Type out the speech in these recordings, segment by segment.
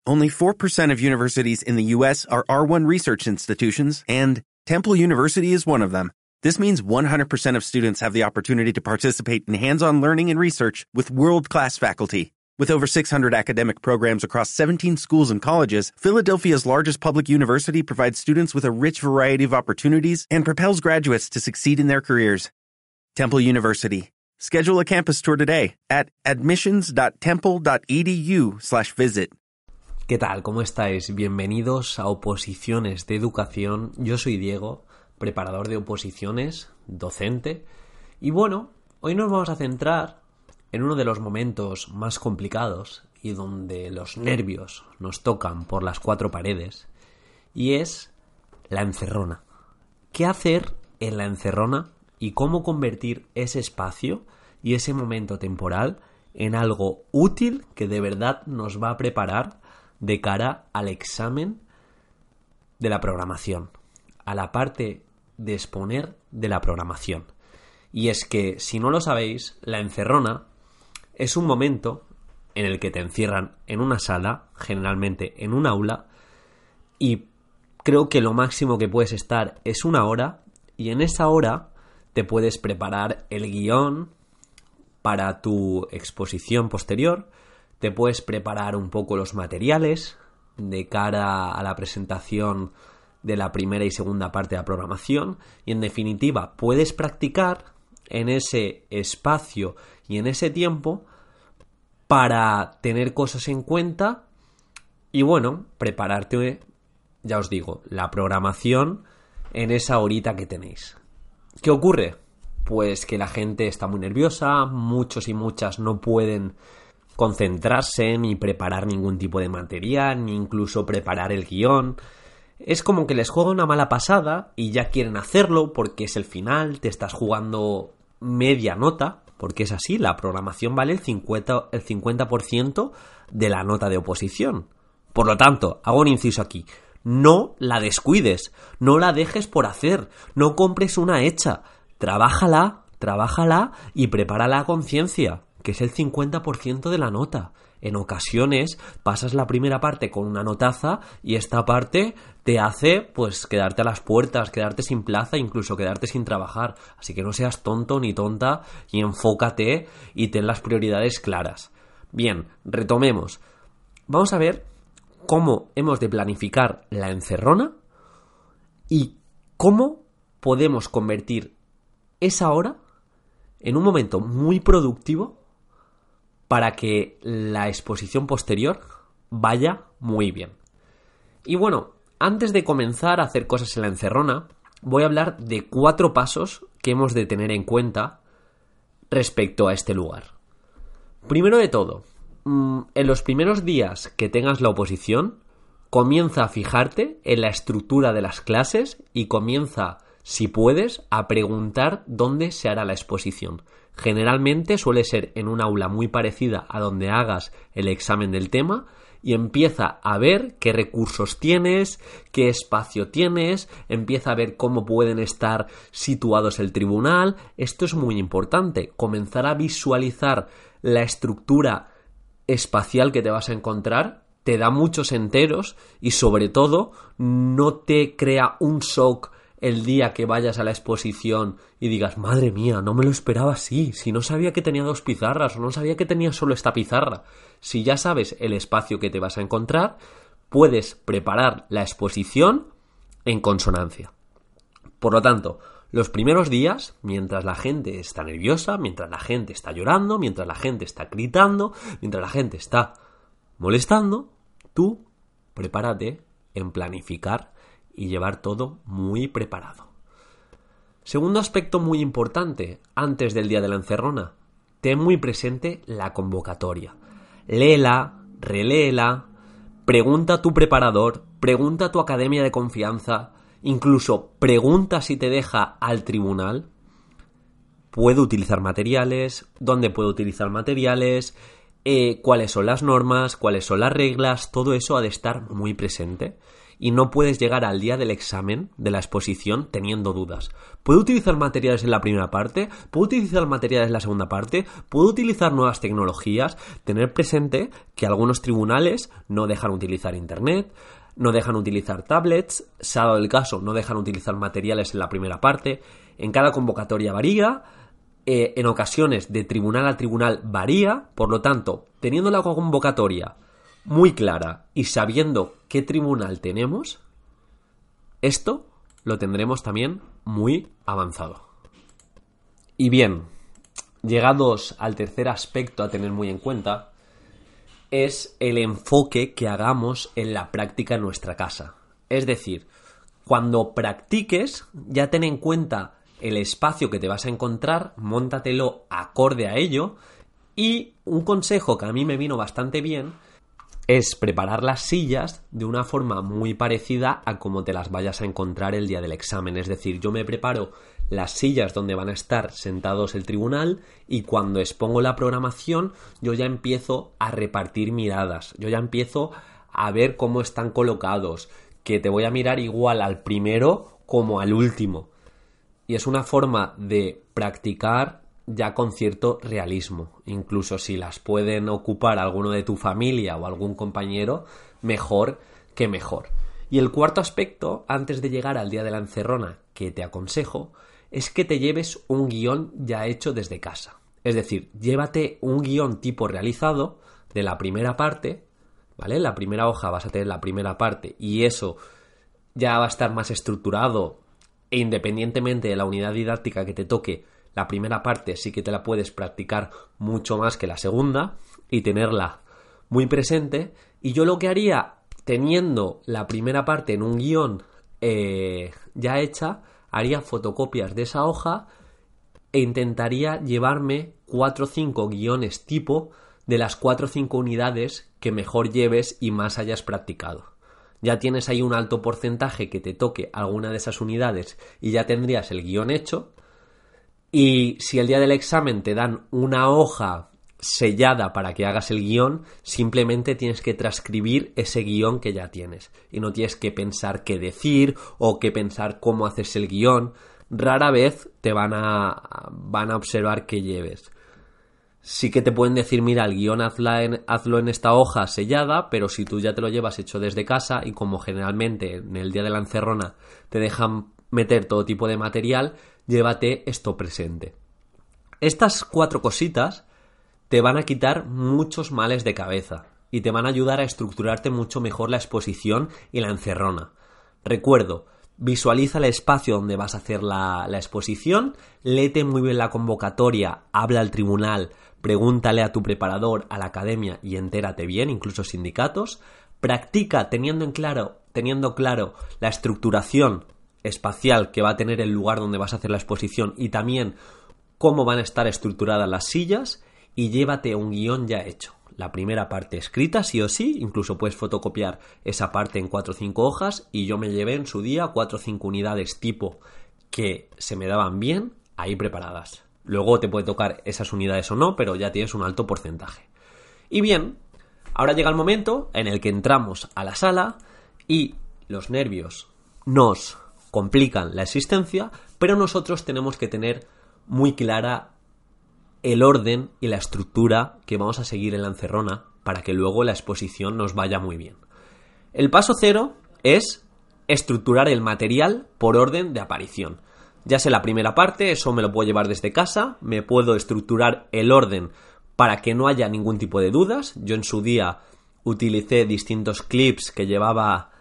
Only 4% of universities in the U.S. are R1 research institutions, and Temple University is one of them. This means 100% of students have the opportunity to participate in hands-on learning and research with world-class faculty. With over 600 academic programs across 17 schools and colleges, Philadelphia's largest public university provides students with a rich variety of opportunities and propels graduates to succeed in their careers. Temple University. Schedule a campus tour today at admissions.temple.edu/visit. ¿Qué tal? ¿Cómo estáis? Bienvenidos a Oposiciones de Educación. Yo soy Diego, preparador de oposiciones, docente. Y bueno, hoy nos vamos a centrar en uno de los momentos más complicados y donde los nervios nos tocan por las cuatro paredes, y es la encerrona. ¿Qué hacer en la encerrona y cómo convertir ese espacio y ese momento temporal en algo útil que de verdad nos va a preparar de cara al examen de la programación, a la parte de exponer de la programación? Y es que, si no lo sabéis, la encerrona es un momento en el que te encierran en una sala, generalmente en un aula, y creo que lo máximo que puedes estar es una hora, y en esa hora te puedes preparar el guión para tu exposición posterior, te puedes preparar un poco los materiales de cara a la presentación de la primera y segunda parte de la programación, y en definitiva puedes practicar en ese espacio y en ese tiempo para tener cosas en cuenta y bueno, prepararte, ya os digo, la programación en esa horita que tenéis. ¿Qué ocurre? Pues que la gente está muy nerviosa, muchos y muchas no pueden concentrarse ni preparar ningún tipo de material, ni incluso preparar el guión. Es como que les juega una mala pasada y ya quieren hacerlo porque es el final, te estás jugando media nota, porque es así, la programación vale el 50% de la nota de oposición. Por lo tanto, hago un inciso aquí, no la descuides, no la dejes por hacer, no compres una hecha, trabájala y prepárala a conciencia, que es el 50% de la nota. En ocasiones pasas la primera parte con una notaza y esta parte te hace pues quedarte a las puertas, quedarte sin plaza, incluso quedarte sin trabajar. Así que no seas tonto ni tonta y enfócate y ten las prioridades claras. Bien, retomemos. Vamos a ver cómo hemos de planificar la encerrona y cómo podemos convertir esa hora en un momento muy productivo para que la exposición posterior vaya muy bien. Y bueno, antes de comenzar a hacer cosas en la encerrona, voy a hablar de 4 pasos que hemos de tener en cuenta respecto a este lugar. Primero de todo, en los primeros días que tengas la oposición, comienza a fijarte en la estructura de las clases y comienza, si puedes, a preguntar dónde se hará la exposición. Generalmente suele ser en un aula muy parecida a donde hagas el examen del tema y empieza a ver qué recursos tienes, qué espacio tienes, empieza a ver cómo pueden estar situados el tribunal. Esto es muy importante, comenzar a visualizar la estructura espacial que te vas a encontrar, te da muchos enteros y sobre todo no te crea un shock el día que vayas a la exposición y digas, madre mía, no me lo esperaba así, si no sabía que tenía 2 pizarras o no sabía que tenía solo esta pizarra. Si ya sabes el espacio que te vas a encontrar, puedes preparar la exposición en consonancia. Por lo tanto, los primeros días, mientras la gente está nerviosa, mientras la gente está llorando, mientras la gente está gritando, mientras la gente está molestando, tú prepárate en planificar y llevar todo muy preparado. Segundo aspecto muy importante antes del día de la encerrona, ten muy presente la convocatoria. Léela, reléela, pregunta a tu preparador, pregunta a tu academia de confianza, incluso pregunta si te deja al tribunal. ¿Puedo utilizar materiales? ¿Dónde puedo utilizar materiales? ¿Cuáles son las normas? ¿Cuáles son las reglas? Todo eso ha de estar muy presente. y no puedes llegar al día del examen, de la exposición, teniendo dudas. ¿Puedo utilizar materiales en la primera parte? ¿Puedo utilizar materiales en la segunda parte? ¿Puedo utilizar nuevas tecnologías? Tener presente que algunos tribunales no dejan utilizar internet, no dejan utilizar tablets, se ha dado el caso, no dejan utilizar materiales en la primera parte. En cada convocatoria varía, en ocasiones de tribunal a tribunal varía, por lo tanto, teniendo la convocatoria muy clara y sabiendo qué tribunal tenemos, esto lo tendremos también muy avanzado. Y bien, llegados al tercer aspecto a tener muy en cuenta, es el enfoque que hagamos en la práctica en nuestra casa. Es decir, cuando practiques, ya ten en cuenta el espacio que te vas a encontrar, móntatelo acorde a ello, y un consejo que a mí me vino bastante bien es preparar las sillas de una forma muy parecida a como te las vayas a encontrar el día del examen. Es decir, yo me preparo las sillas donde van a estar sentados el tribunal y cuando expongo la programación yo ya empiezo a repartir miradas, yo ya empiezo a ver cómo están colocados, que te voy a mirar igual al primero como al último. Y es una forma de practicar ya con cierto realismo. Incluso si las pueden ocupar alguno de tu familia o algún compañero, mejor que mejor. Y el cuarto aspecto, antes de llegar al día de la encerrona, que te aconsejo, es que te lleves un guión ya hecho desde casa. Es decir, llévate un guión tipo realizado de la primera parte, ¿vale? En la primera hoja vas a tener la primera parte y eso ya va a estar más estructurado e independientemente de la unidad didáctica que te toque, la primera parte sí que te la puedes practicar mucho más que la segunda y tenerla muy presente. Y yo lo que haría, teniendo la primera parte en un guión ya hecha, haría fotocopias de esa hoja e intentaría llevarme 4 o 5 guiones tipo de las 4 o 5 unidades que mejor lleves y más hayas practicado. Ya tienes ahí un alto porcentaje que te toque alguna de esas unidades y ya tendrías el guión hecho. Y si el día del examen te dan una hoja sellada para que hagas el guión, simplemente tienes que transcribir ese guión que ya tienes. Y no tienes que pensar qué decir o que pensar cómo haces el guión. Rara vez te van a observar que lleves. Sí que te pueden decir, mira, el guión hazlo en esta hoja sellada, pero si tú ya te lo llevas hecho desde casa y como generalmente en el día de la encerrona te dejan meter todo tipo de material, llévate esto presente. Estas 4 cositas te van a quitar muchos males de cabeza y te van a ayudar a estructurarte mucho mejor la exposición y la encerrona. Recuerdo, visualiza el espacio donde vas a hacer la exposición, léete muy bien la convocatoria, habla al tribunal, pregúntale a tu preparador, a la academia y entérate bien, incluso sindicatos. Practica teniendo claro la estructuración espacial que va a tener el lugar donde vas a hacer la exposición y también cómo van a estar estructuradas las sillas y llévate un guión ya hecho. La primera parte escrita sí o sí, incluso puedes fotocopiar esa parte en 4 o 5 hojas y yo me llevé en su día 4 o 5 unidades tipo que se me daban bien ahí preparadas. Luego te puede tocar esas unidades o no, pero ya tienes un alto porcentaje. Y bien, ahora llega el momento en el que entramos a la sala y los nervios nos complican la existencia, pero nosotros tenemos que tener muy clara el orden y la estructura que vamos a seguir en la encerrona para que luego la exposición nos vaya muy bien. El paso 0 es estructurar el material por orden de aparición. Ya sé la primera parte, eso me lo puedo llevar desde casa, me puedo estructurar el orden para que no haya ningún tipo de dudas. Yo en su día utilicé distintos clips que llevaba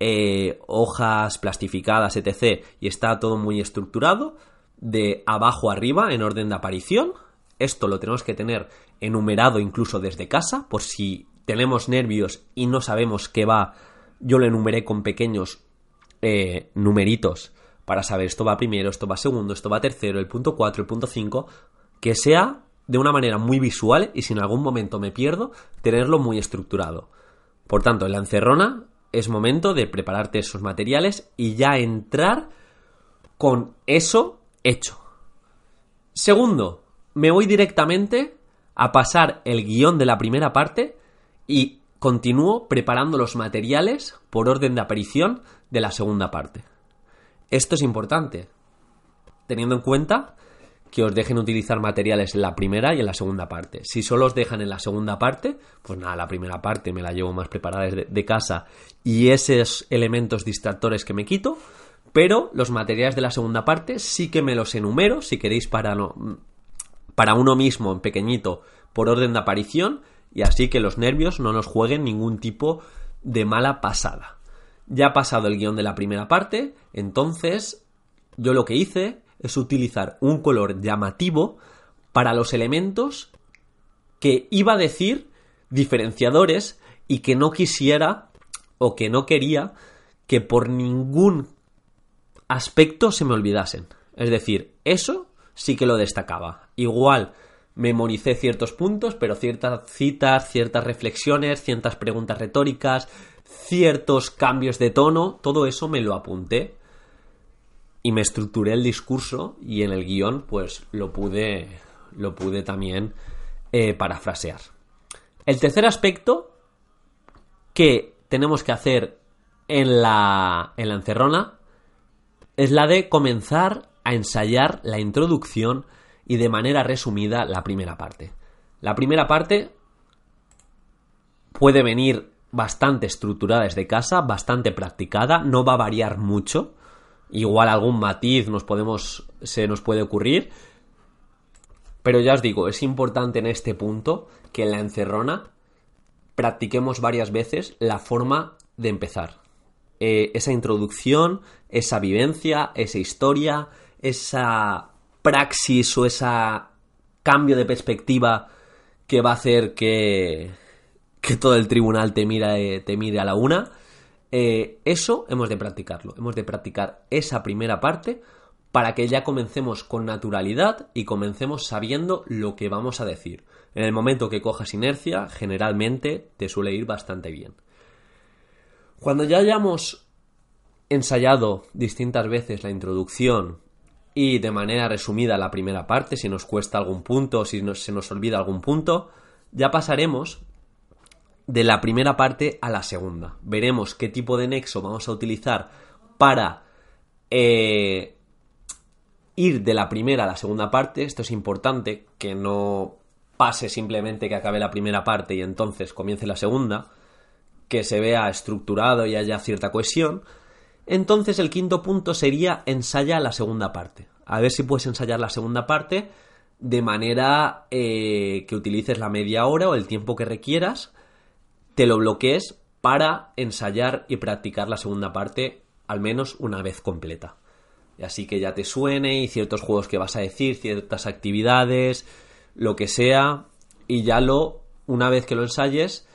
hojas plastificadas, etc. y está todo muy estructurado, de abajo a arriba en orden de aparición. Esto lo tenemos que tener enumerado incluso desde casa, por si tenemos nervios y no sabemos qué va, yo lo enumeré con pequeños numeritos para saber esto va primero, esto va segundo, esto va tercero, el punto 4, el punto 5, que sea de una manera muy visual y si en algún momento me pierdo, tenerlo muy estructurado. Por tanto, en la encerrona es momento de prepararte esos materiales y ya entrar con eso hecho. Segundo, me voy directamente a pasar el guión de la primera parte y continúo preparando los materiales por orden de aparición de la segunda parte. Esto es importante, teniendo en cuenta que os dejen utilizar materiales en la primera y en la segunda parte. Si solo os dejan en la segunda parte, pues nada, la primera parte me la llevo más preparada de casa y esos elementos distractores que me quito, pero los materiales de la segunda parte sí que me los enumero, si queréis para uno mismo en pequeñito por orden de aparición, y así que los nervios no nos jueguen ningún tipo de mala pasada. Ya ha pasado el guión de la primera parte, entonces yo lo que hice es utilizar un color llamativo para los elementos que iba a decir diferenciadores y que no quisiera o que no quería que por ningún aspecto se me olvidasen. Es decir, eso sí que lo destacaba. Igual memoricé ciertos puntos, pero ciertas citas, ciertas reflexiones, ciertas preguntas retóricas, ciertos cambios de tono, todo eso me lo apunté y me estructuré el discurso, y en el guión pues lo pude también parafrasear. El tercer aspecto que tenemos que hacer en la encerrona es la de comenzar a ensayar la introducción y de manera resumida la primera parte. La primera parte puede venir bastante estructurada desde casa, bastante practicada, no va a variar mucho. Igual algún matiz se nos puede ocurrir, pero ya os digo, es importante en este punto que en la encerrona practiquemos varias veces la forma de empezar. Esa introducción, esa vivencia, esa historia, esa praxis o ese cambio de perspectiva que va a hacer que todo el tribunal te mire a la una. Eso hemos de practicarlo. Hemos de practicar esa primera parte para que ya comencemos con naturalidad y comencemos sabiendo lo que vamos a decir. En el momento que cojas inercia, generalmente te suele ir bastante bien. Cuando ya hayamos ensayado distintas veces la introducción y de manera resumida la primera parte, si nos cuesta algún punto, si se nos olvida algún punto, ya pasaremos de la primera parte a la segunda. Veremos qué tipo de nexo vamos a utilizar para ir de la primera a la segunda parte. Esto es importante, que no pase simplemente que acabe la primera parte y entonces comience la segunda, que se vea estructurado y haya cierta cohesión. Entonces el quinto punto sería ensaya la segunda parte. A ver si puedes ensayar la segunda parte de manera que utilices la media hora o el tiempo que requieras, te lo bloquees para ensayar y practicar la segunda parte al menos una vez completa. Y así que ya te suene y ciertos juegos que vas a decir, ciertas actividades, lo que sea, y ya una vez que lo ensayes,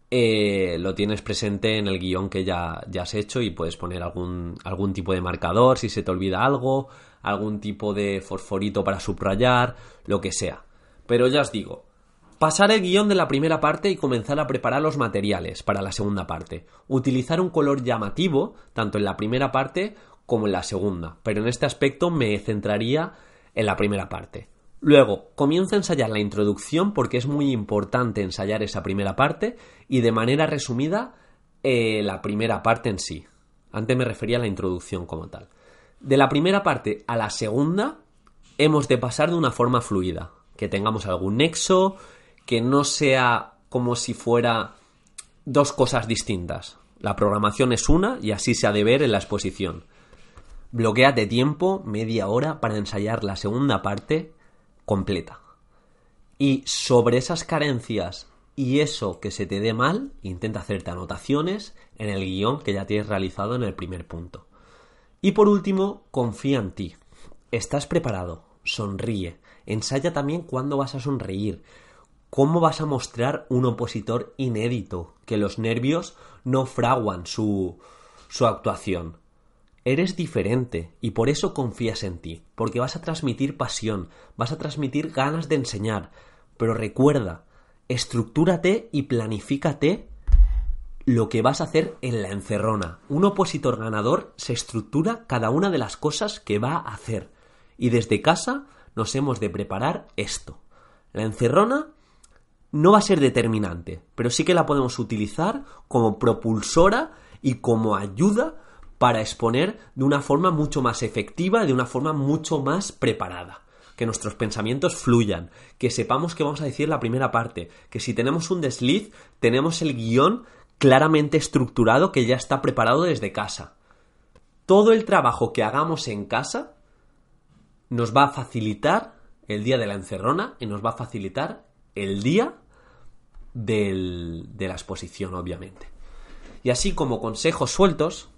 lo tienes presente en el guión que ya has hecho, y puedes poner algún tipo de marcador si se te olvida algo, algún tipo de fosforito para subrayar, lo que sea. Pero ya os digo, pasar el guión de la primera parte y comenzar a preparar los materiales para la segunda parte. Utilizar un color llamativo, tanto en la primera parte como en la segunda, pero en este aspecto me centraría en la primera parte. Luego, comienza a ensayar la introducción, porque es muy importante ensayar esa primera parte, y de manera resumida la primera parte en sí. Antes me refería a la introducción como tal. De la primera parte a la segunda hemos de pasar de una forma fluida, que tengamos algún nexo, que no sea como si fuera dos cosas distintas. La programación es una y así se ha de ver en la exposición. Bloquéate tiempo, media hora, para ensayar la segunda parte completa. Y sobre esas carencias y eso que se te dé mal, intenta hacerte anotaciones en el guión que ya tienes realizado en el primer punto. Y por último, confía en ti. ¿Estás preparado? Sonríe. Ensaya también cuándo vas a sonreír. ¿Cómo vas a mostrar un opositor inédito? Que los nervios no fraguan su actuación. Eres diferente y por eso confías en ti, porque vas a transmitir pasión, vas a transmitir ganas de enseñar. Pero recuerda, estructúrate y planifícate lo que vas a hacer en la encerrona. Un opositor ganador se estructura cada una de las cosas que va a hacer. Y desde casa nos hemos de preparar esto. La encerrona no va a ser determinante, pero sí que la podemos utilizar como propulsora y como ayuda para exponer de una forma mucho más efectiva y de una forma mucho más preparada. Que nuestros pensamientos fluyan, que sepamos que vamos a decir la primera parte, que si tenemos un desliz, tenemos el guión claramente estructurado que ya está preparado desde casa. Todo el trabajo que hagamos en casa nos va a facilitar el día de la encerrona y nos va a facilitar el día de la exposición, obviamente. Y así como consejos sueltos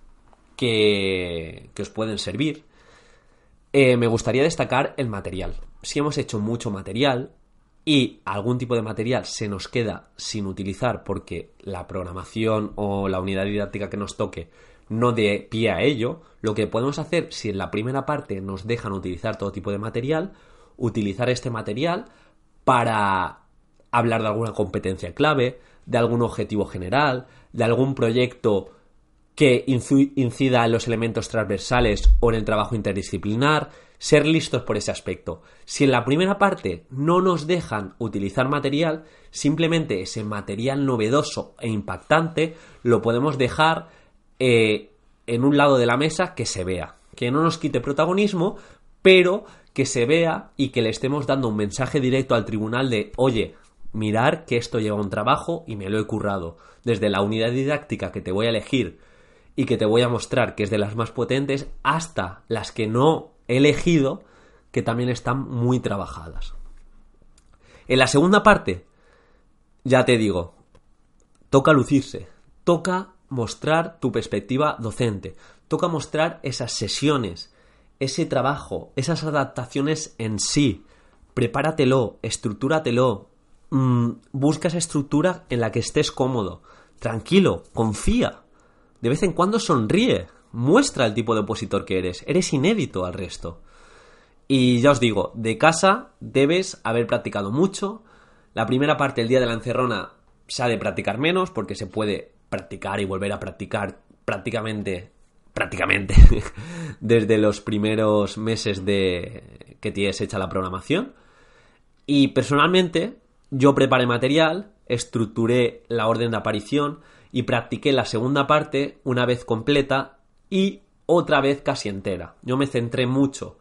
que os pueden servir, me gustaría destacar el material. Si hemos hecho mucho material y algún tipo de material se nos queda sin utilizar porque la programación o la unidad didáctica que nos toque no dé pie a ello, lo que podemos hacer, si en la primera parte nos dejan utilizar todo tipo de material, utilizar este material para hablar de alguna competencia clave, de algún objetivo general, de algún proyecto que incida en los elementos transversales o en el trabajo interdisciplinar, ser listos por ese aspecto. Si en la primera parte no nos dejan utilizar material, simplemente ese material novedoso e impactante lo podemos dejar en un lado de la mesa que se vea, que no nos quite protagonismo, pero que se vea y que le estemos dando un mensaje directo al tribunal de: oye, mirar que esto lleva un trabajo y me lo he currado, desde la unidad didáctica que te voy a elegir y que te voy a mostrar que es de las más potentes, hasta las que no he elegido, que también están muy trabajadas. En la segunda parte, ya te digo, toca lucirse, toca mostrar tu perspectiva docente, toca mostrar esas sesiones, ese trabajo, esas adaptaciones en sí. Prepáratelo, estructúratelo, busca esa estructura en la que estés cómodo, tranquilo, confía. De vez en cuando sonríe, muestra el tipo de opositor que eres inédito al resto. Y ya os digo, de casa debes haber practicado mucho. La primera parte, el día de la encerrona, se ha de practicar menos porque se puede practicar y volver a practicar prácticamente desde los primeros meses de que tienes hecha la programación. Y personalmente yo preparé material, estructuré la orden de aparición y practiqué la segunda parte una vez completa y otra vez casi entera. Yo me centré mucho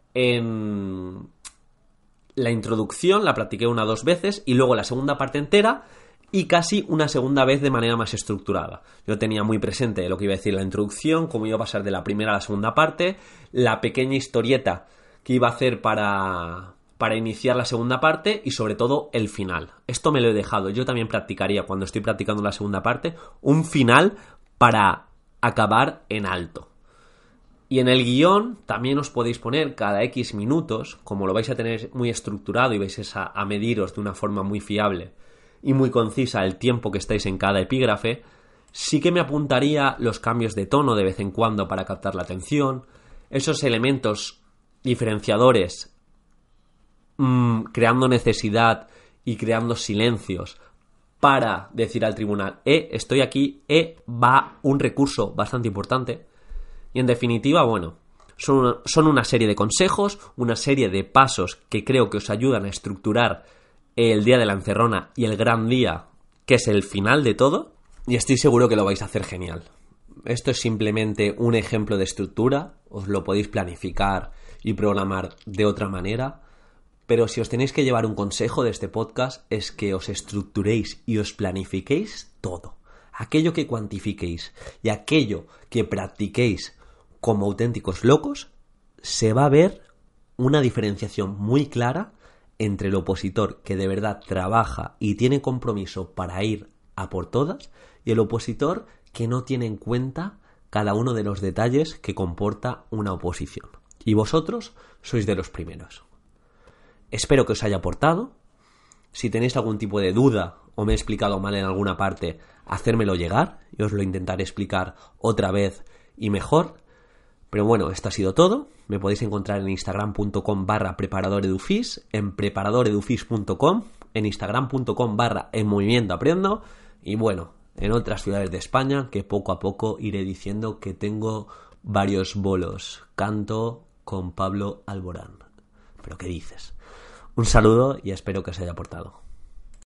en la introducción, la practiqué 1 o 2 veces, y luego la segunda parte entera y casi una segunda vez de manera más estructurada. Yo tenía muy presente lo que iba a decir la introducción, cómo iba a pasar de la primera a la segunda parte, la pequeña historieta que iba a hacer para iniciar la segunda parte y sobre todo el final. Esto me lo he dejado. Yo también practicaría, cuando estoy practicando la segunda parte, un final para acabar en alto. Y en el guión también os podéis poner cada X minutos, como lo vais a tener muy estructurado y vais a mediros de una forma muy fiable y muy concisa el tiempo que estáis en cada epígrafe, sí que me apuntaría los cambios de tono de vez en cuando para captar la atención, esos elementos diferenciadores, creando necesidad y creando silencios para decir al tribunal: estoy aquí, va un recurso bastante importante. Y en definitiva, bueno, son una serie de consejos, una serie de pasos que creo que os ayudan a estructurar el día de la encerrona y el gran día, que es el final de todo, y estoy seguro que lo vais a hacer genial. Esto es simplemente un ejemplo de estructura, os lo podéis planificar y programar de otra manera, pero si os tenéis que llevar un consejo de este podcast es que os estructuréis y os planifiquéis todo. Aquello que cuantifiquéis y aquello que practiquéis como auténticos locos, se va a ver una diferenciación muy clara entre el opositor que de verdad trabaja y tiene compromiso para ir a por todas y el opositor que no tiene en cuenta cada uno de los detalles que comporta una oposición. Y vosotros sois de los primeros. Espero que os haya aportado. Si tenéis algún tipo de duda o me he explicado mal en alguna parte, hacérmelo llegar y os lo intentaré explicar otra vez y mejor. Pero bueno, esto ha sido todo. Me podéis encontrar en instagram.com/preparadoredufis, en preparadoredufis.com, en instagram.com/enmovimientoaprendo y bueno, en otras ciudades de España que poco a poco iré diciendo que tengo varios bolos. Canto con Pablo Alborán. ¿Pero qué dices? Un saludo y espero que os haya aportado.